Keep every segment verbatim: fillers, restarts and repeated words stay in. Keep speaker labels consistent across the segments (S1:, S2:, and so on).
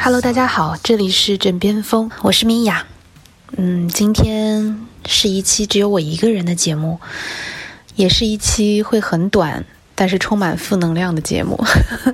S1: Hello， 大家好，这里是枕边风，我是米娅。嗯，今天是一期只有我一个人的节目，也是一期会很短，但是充满负能量的节目。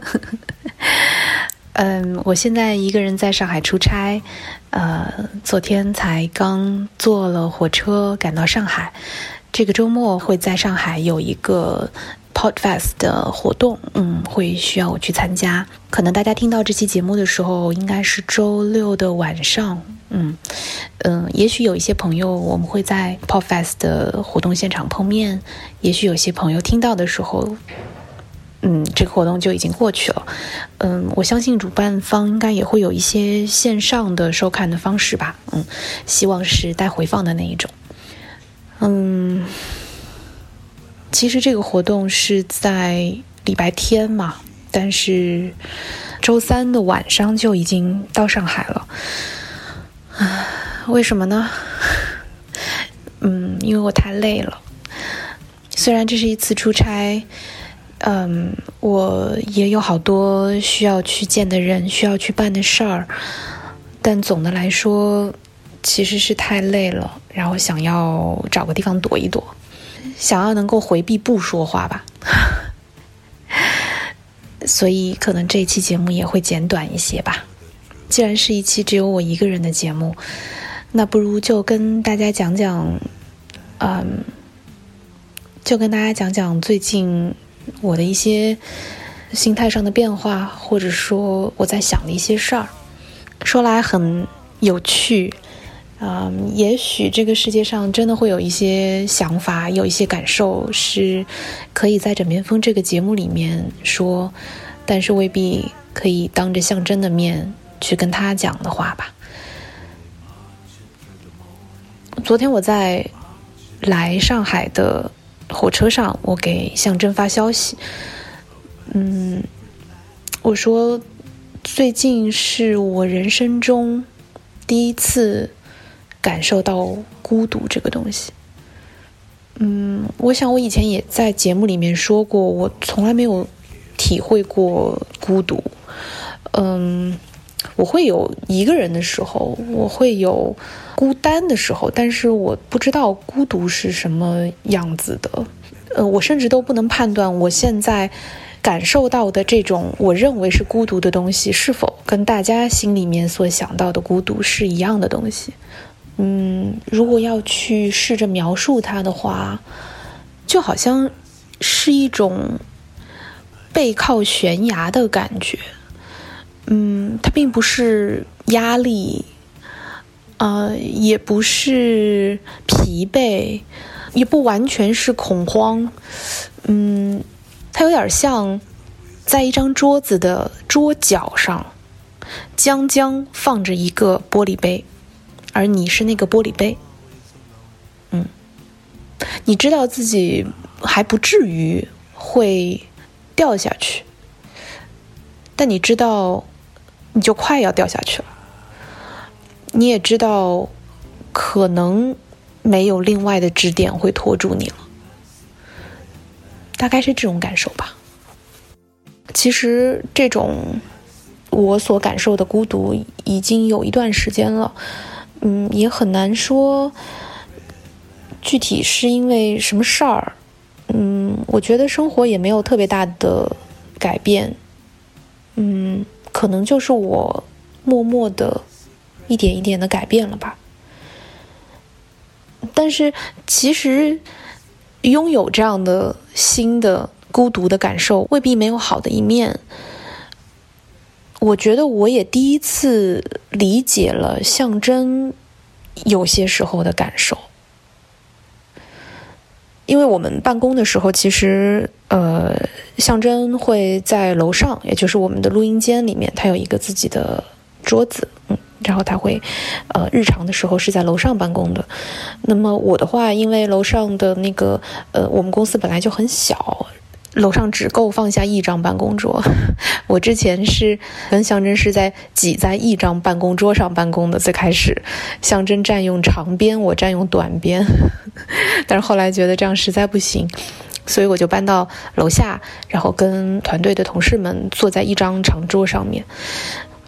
S1: 嗯，我现在一个人在上海出差，呃，昨天才刚坐了火车赶到上海，这个周末会在上海有一个Podfest 的活动，嗯，会需要我去参加。可能大家听到这期节目的时候，应该是周六的晚上，嗯嗯，也许有一些朋友我们会在 Podfest 的活动现场碰面，也许有些朋友听到的时候，嗯，这个活动就已经过去了。嗯，我相信主办方应该也会有一些线上的收看的方式吧，嗯，希望是带回放的那一种。嗯。其实这个活动是在礼拜天嘛，但是周三的晚上就已经到上海了。为什么呢？嗯，因为我太累了。虽然这是一次出差，嗯，我也有好多需要去见的人，需要去办的事儿，但总的来说其实是太累了，然后想要找个地方躲一躲。想要能够回避不说话吧，所以可能这一期节目也会简短一些吧。既然是一期只有我一个人的节目，那不如就跟大家讲讲，嗯，就跟大家讲讲最近我的一些心态上的变化，或者说我在想的一些事儿。说来很有趣。嗯，也许这个世界上真的会有一些想法，有一些感受是可以在枕边风这个节目里面说，但是未必可以当着象征的面去跟他讲的话吧。昨天我在来上海的火车上，我给象征发消息，嗯，我说最近是我人生中第一次感受到孤独这个东西。嗯，我想我以前也在节目里面说过，我从来没有体会过孤独。嗯，我会有一个人的时候，我会有孤单的时候，但是我不知道孤独是什么样子的。呃，我甚至都不能判断我现在感受到的这种我认为是孤独的东西，是否跟大家心里面所想到的孤独是一样的东西。嗯，如果要去试着描述它的话，就好像是一种背靠悬崖的感觉。嗯，它并不是压力，呃，也不是疲惫，也不完全是恐慌。嗯，它有点像在一张桌子的桌角上，将将放着一个玻璃杯。而你是那个玻璃杯，嗯，你知道自己还不至于会掉下去，但你知道你就快要掉下去了，你也知道可能没有另外的支点会拖住你了，大概是这种感受吧。其实这种我所感受的孤独已经有一段时间了。嗯，也很难说具体是因为什么事儿。嗯，我觉得生活也没有特别大的改变。嗯，可能就是我默默的一点一点的改变了吧。但是其实拥有这样的新的孤独的感受未必没有好的一面。我觉得我也第一次理解了象征有些时候的感受，因为我们办公的时候，其实呃，象征会在楼上，也就是我们的录音间里面，他有一个自己的桌子，嗯，然后他会呃日常的时候是在楼上办公的。那么我的话，因为楼上的那个呃，我们公司本来就很小。楼上只够放下一张办公桌，我之前是跟象征是在挤在一张办公桌上办公的，最开始象征占用长边，我占用短边，但是后来觉得这样实在不行，所以我就搬到楼下，然后跟团队的同事们坐在一张长桌上面。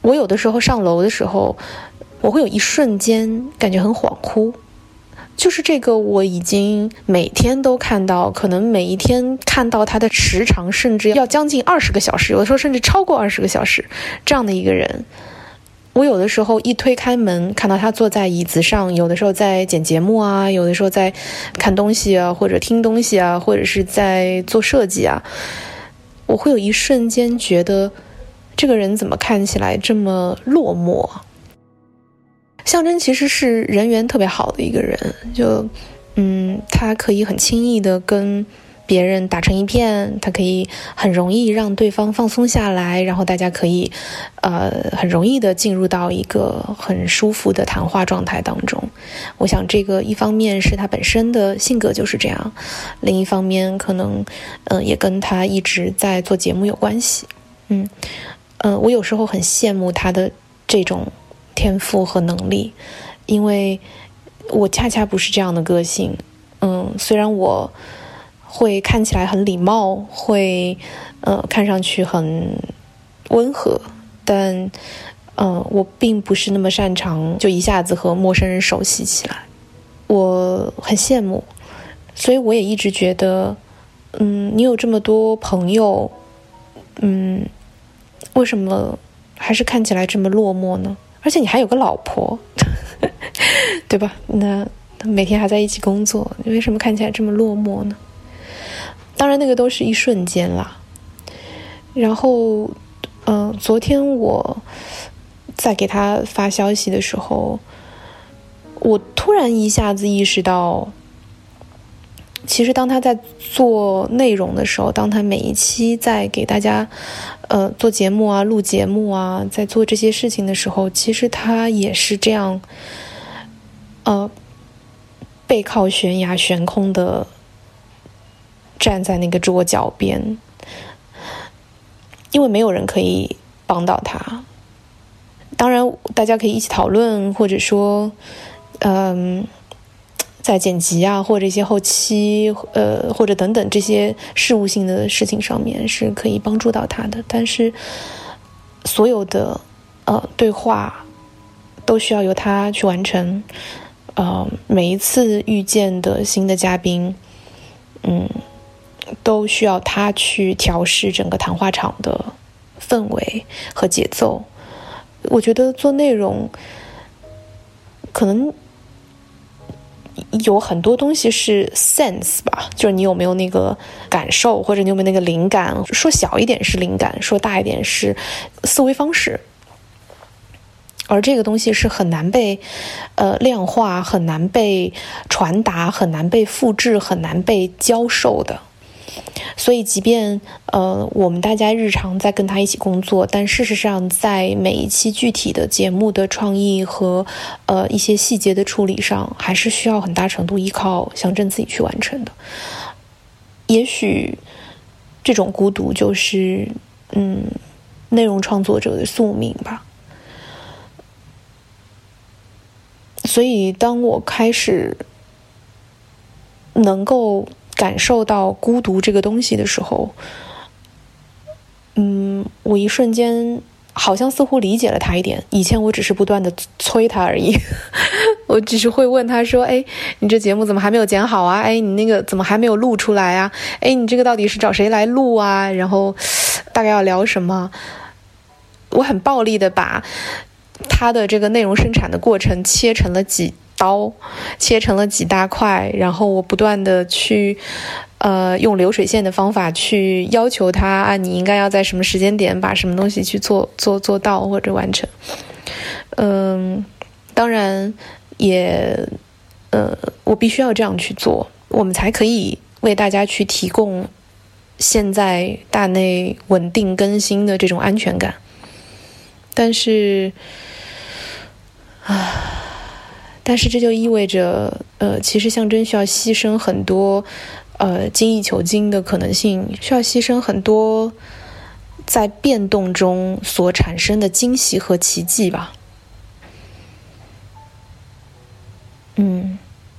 S1: 我有的时候上楼的时候，我会有一瞬间感觉很恍惚，就是这个我已经每天都看到，可能每一天看到他的时长甚至要将近二十个小时，有的时候甚至超过二十个小时，这样的一个人，我有的时候一推开门看到他坐在椅子上，有的时候在剪节目啊，有的时候在看东西啊，或者听东西啊，或者是在做设计啊，我会有一瞬间觉得这个人怎么看起来这么落寞。象征其实是人缘特别好的一个人，就嗯，他可以很轻易的跟别人打成一片，他可以很容易让对方放松下来，然后大家可以呃很容易的进入到一个很舒服的谈话状态当中。我想这个一方面是他本身的性格就是这样，另一方面可能嗯、呃、也跟他一直在做节目有关系。嗯嗯、呃，我有时候很羡慕他的这种天赋和能力，因为我恰恰不是这样的个性。嗯，虽然我会看起来很礼貌，会呃看上去很温和，但呃我并不是那么擅长就一下子和陌生人熟悉起来。我很羡慕，所以我也一直觉得，嗯，你有这么多朋友，嗯，为什么还是看起来这么落寞呢？而且你还有个老婆对吧？那每天还在一起工作，你为什么看起来这么落寞呢？当然那个都是一瞬间啦。然后嗯、呃，昨天我在给他发消息的时候，我突然一下子意识到，其实当他在做内容的时候，当他每一期在给大家呃做节目啊、录节目啊，在做这些事情的时候，其实他也是这样呃背靠悬崖悬空的站在那个桌角边，因为没有人可以帮到他。当然大家可以一起讨论，或者说嗯在剪辑啊，或者一些后期呃或者等等这些事务性的事情上面是可以帮助到他的，但是所有的呃对话都需要由他去完成。呃每一次遇见的新的嘉宾，嗯都需要他去调试整个谈话场的氛围和节奏。我觉得做内容可能有很多东西是 sense 吧，就是你有没有那个感受，或者你有没有那个灵感。说小一点是灵感，说大一点是思维方式。而这个东西是很难被呃量化，很难被传达，很难被复制，很难被教授的。所以即便呃我们大家日常在跟他一起工作，但事实上在每一期具体的节目的创意和呃一些细节的处理上，还是需要很大程度依靠象征自己去完成的。也许这种孤独就是嗯内容创作者的宿命吧。所以当我开始能够感受到孤独这个东西的时候，嗯，我一瞬间好像似乎理解了他一点。以前我只是不断的催他而已我只是会问他说，哎，你这节目怎么还没有剪好啊？哎，你那个怎么还没有录出来啊？哎，你这个到底是找谁来录啊？然后大概要聊什么？我很暴力的把他的这个内容生产的过程切成了几刀，切成了几大块，然后我不断的去呃用流水线的方法去要求他啊，你应该要在什么时间点把什么东西去做做做到或者完成。嗯，当然也呃我必须要这样去做，我们才可以为大家去提供现在大内稳定更新的这种安全感。但是啊，但是这就意味着呃其实象征需要牺牲很多呃精益求精的可能性，需要牺牲很多在变动中所产生的惊喜和奇迹吧。嗯，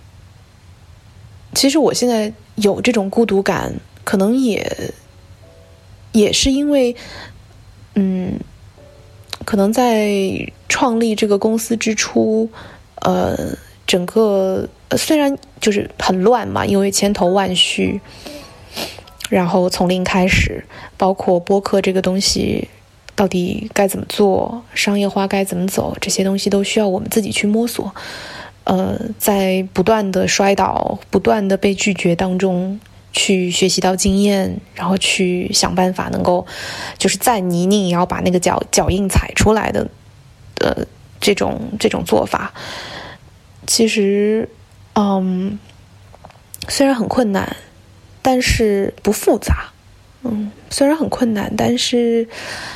S1: 其实我现在有这种孤独感，可能也也是因为嗯可能在创立这个公司之初，呃，整个虽然就是很乱嘛，因为千头万绪，然后从零开始，包括播客这个东西到底该怎么做，商业化该怎么走，这些东西都需要我们自己去摸索。呃，在不断的摔倒、不断的被拒绝当中，去学习到经验，然后去想办法能够，就是再泥泞也要把那个脚脚印踩出来的，呃，这种这种做法，其实，嗯，虽然很困难，但是不复杂。嗯，虽然很困难，但是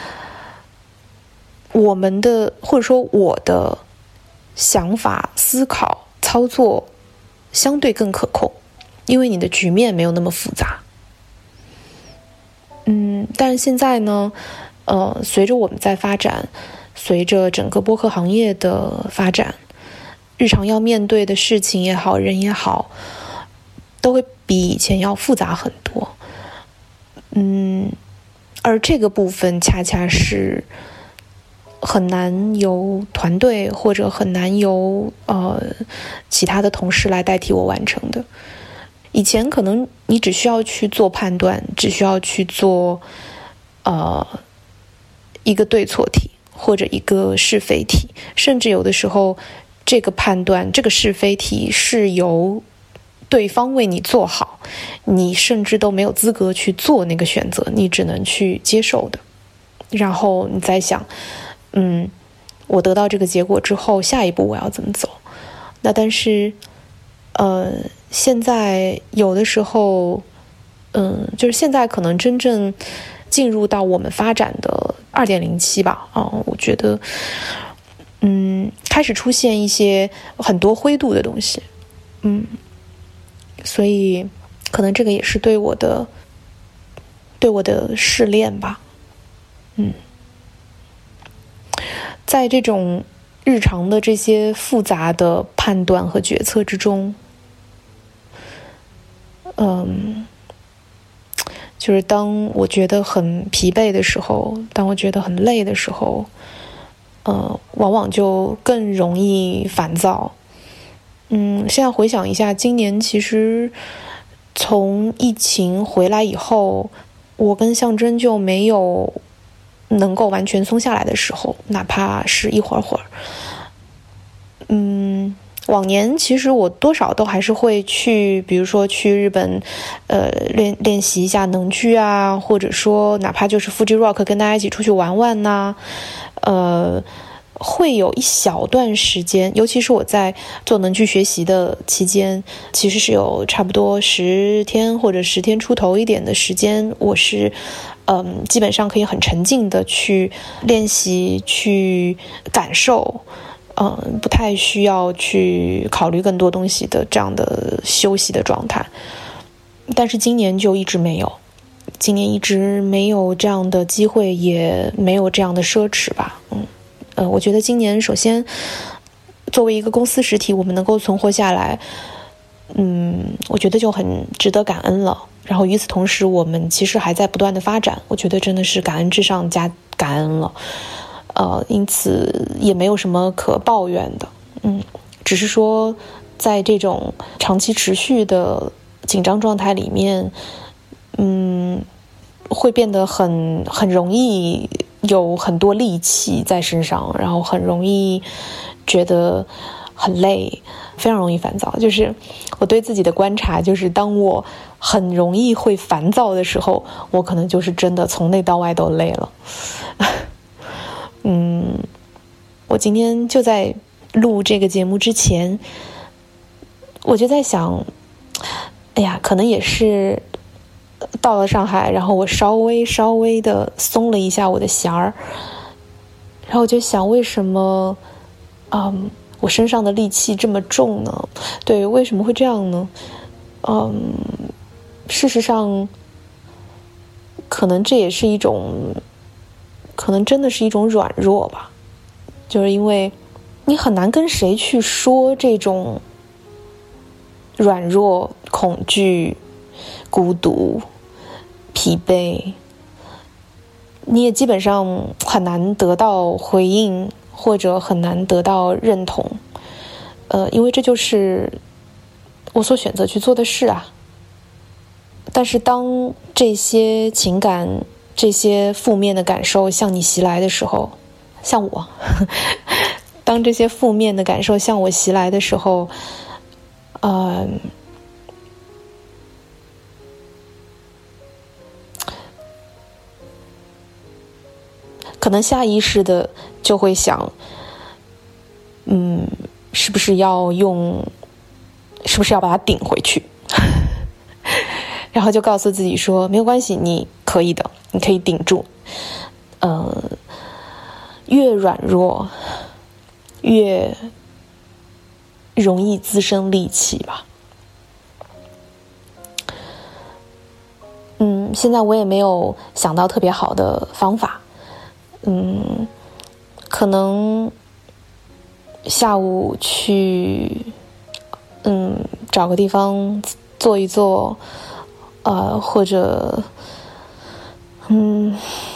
S1: 我们的或者说我的想法、思考、操作相对更可控，因为你的局面没有那么复杂。嗯，但是现在呢，呃，随着我们在发展，随着整个播客行业的发展，日常要面对的事情也好，人也好，都会比以前要复杂很多。嗯，而这个部分恰恰是很难由团队或者很难由呃其他的同事来代替我完成的。以前可能你只需要去做判断，只需要去做呃一个对错题或者一个是非题，甚至有的时候这个判断这个是非题是由对方为你做好，你甚至都没有资格去做那个选择，你只能去接受的。然后你再想，嗯，我得到这个结果之后，下一步我要怎么走？那但是，呃，现在有的时候，嗯，就是现在可能真正进入到我们发展的二点零期吧，啊，我觉得，嗯，开始出现一些很多灰度的东西，嗯，所以可能这个也是对我的，对我的试炼吧，嗯。在这种日常的这些复杂的判断和决策之中，嗯，就是当我觉得很疲惫的时候，当我觉得很累的时候，呃，往往就更容易烦躁。嗯，现在回想一下，今年其实从疫情回来以后，我跟象征就没有能够完全松下来的时候，哪怕是一会儿会儿。嗯，往年其实我多少都还是会去，比如说去日本，呃，练练习一下能剧啊，或者说哪怕就是 Fuji Rock 跟大家一起出去玩玩呐、啊，呃，会有一小段时间，尤其是我在做能剧学习的期间，其实是有差不多十天或者十天出头一点的时间，我是。嗯，基本上可以很沉浸的去练习、去感受，嗯，不太需要去考虑更多东西的这样的休息的状态。但是今年就一直没有，今年一直没有这样的机会，也没有这样的奢侈吧。嗯，呃，我觉得今年首先作为一个公司实体，我们能够存活下来，嗯，我觉得就很值得感恩了。然后与此同时，我们其实还在不断的发展，我觉得真的是感恩之上加感恩了，呃，因此也没有什么可抱怨的，嗯，只是说在这种长期持续的紧张状态里面，嗯，会变得很很容易有很多戾气在身上，然后很容易觉得很累，非常容易烦躁。就是我对自己的观察，就是当我很容易会烦躁的时候，我可能就是真的从内到外都累了。嗯，我今天就在录这个节目之前，我就在想，哎呀，可能也是到了上海，然后我稍微稍微的松了一下我的弦儿，然后我就想，为什么，嗯，我身上的戾气这么重呢？对，为什么会这样呢？嗯，事实上，可能这也是一种，可能真的是一种软弱吧。就是因为你很难跟谁去说这种软弱、恐惧、孤独、疲惫， 你也基本上很难得到回应，或者很难得到认同，呃，因为这就是我所选择去做的事啊。但是当这些情感、这些负面的感受向你袭来的时候，像我，当这些负面的感受向我袭来的时候，呃，可能下意识的就会想，嗯，是不是要用，是不是要把它顶回去？然后就告诉自己说，没有关系，你可以的，你可以顶住。呃，越软弱，越容易滋生戾气吧。嗯，现在我也没有想到特别好的方法。嗯，可能下午去，嗯，找个地方坐一坐。呃，或者，嗯，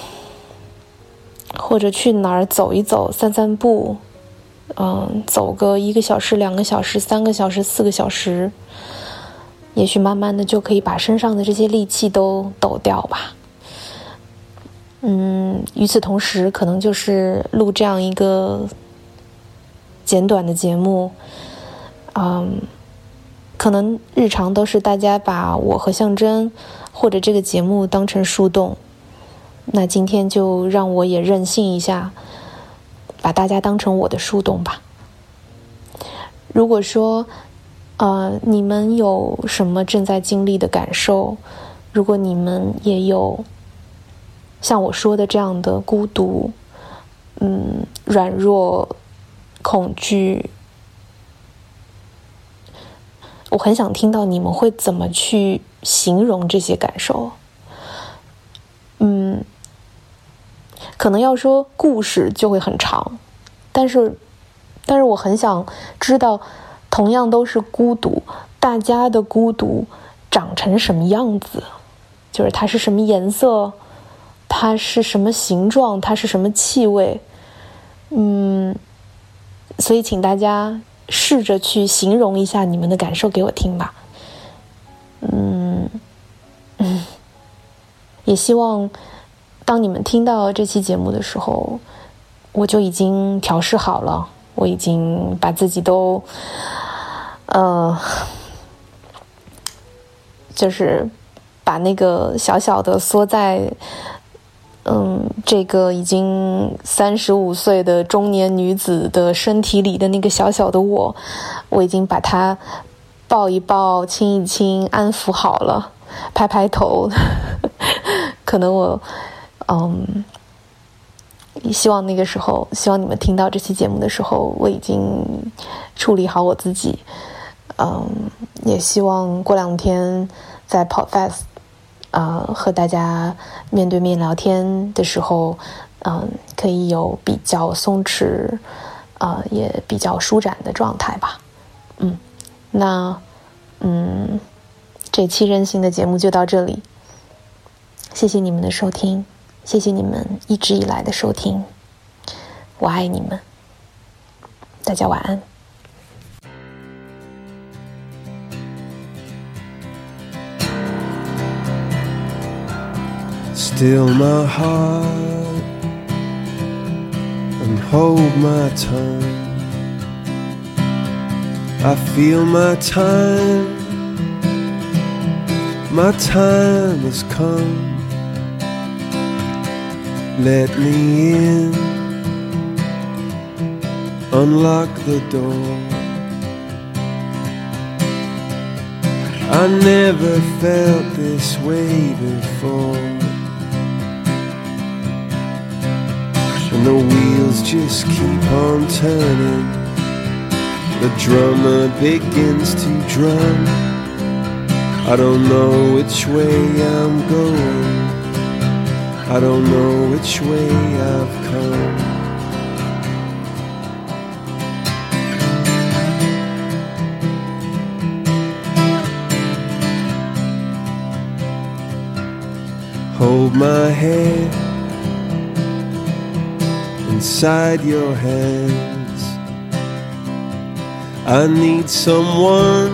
S1: 或者去哪儿走一走、散散步，嗯、呃，走个一个小时、两个小时、三个小时、四个小时，也许慢慢的就可以把身上的这些戾气都抖掉吧。嗯，与此同时，可能就是录这样一个简短的节目，嗯。可能日常都是大家把我和象征或者这个节目当成树洞，那今天就让我也任性一下，把大家当成我的树洞吧。如果说呃，你们有什么正在经历的感受，如果你们也有像我说的这样的孤独，嗯，软弱、恐惧，我很想听到你们会怎么去形容这些感受。嗯，可能要说故事就会很长，但是，但是我很想知道，同样都是孤独，大家的孤独长成什么样子？就是它是什么颜色，它是什么形状，它是什么气味？嗯，所以请大家试着去形容一下你们的感受给我听吧。嗯嗯，也希望当你们听到这期节目的时候，我就已经调试好了，我已经把自己都呃就是把那个小小的缩在嗯，这个已经三十五岁的中年女子的身体里的那个小小的我，我已经把它抱一抱、亲一亲、安抚好了，拍拍头。可能我，嗯，希望那个时候，希望你们听到这期节目的时候，我已经处理好我自己。嗯，也希望过两天在 Podfest。呃，和大家面对面聊天的时候，嗯、呃，可以有比较松弛，呃，也比较舒展的状态吧。嗯，那，嗯，这期任性的节目就到这里，谢谢你们的收听，谢谢你们一直以来的收听，我爱你们，大家晚安。
S2: Still my heart and hold my tongue. I feel my time, my time has come. Let me in, unlock the door. I never felt this way before. And the wheels just keep on turning. The drummer begins to drum. I don't know which way I'm going. I don't know which way I've come. Hold my head inside your hands. I need someone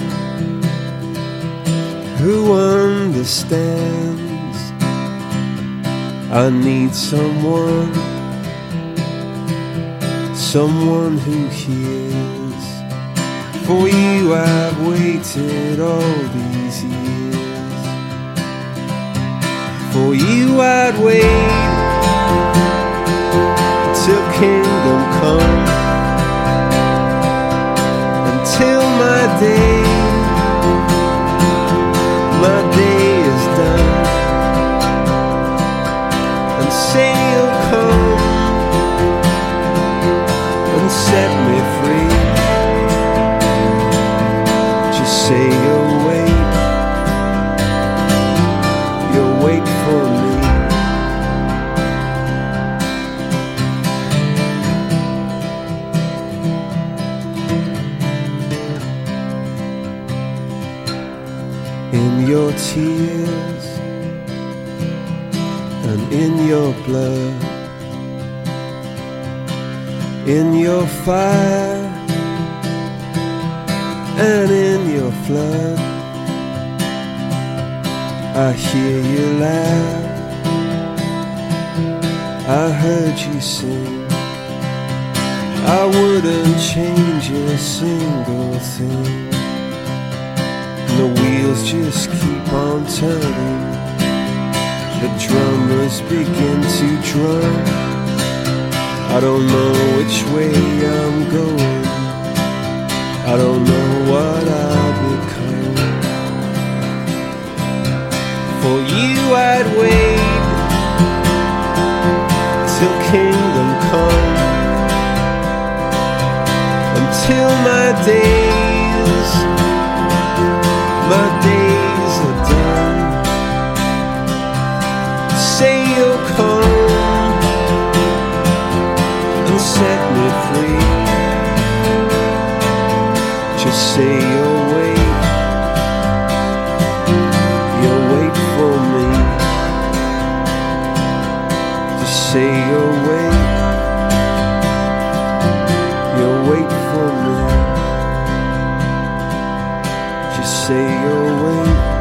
S2: who understands. I need someone, someone who hears. For you I've waited all these years. For you I'd wait till kingdom come, until my day, my day is done, and say you'll come and set me free. Just say you'll wait, you'll wait for me. In your tears and in your blood, in your fire and in your flood, I hear you laugh, I heard you sing. I wouldn't change a single thing. The wheels just keep on turning, the drummers begin to drum. I don't know which way I'm going, I don't know what I'll become. For you I'd wait till kingdom come, until my days, my days are done. Say you'll come and set me free. Just say you'll wait, you'll wait for me. Just say you'll wait, you'll wait for me. Say you'll wait,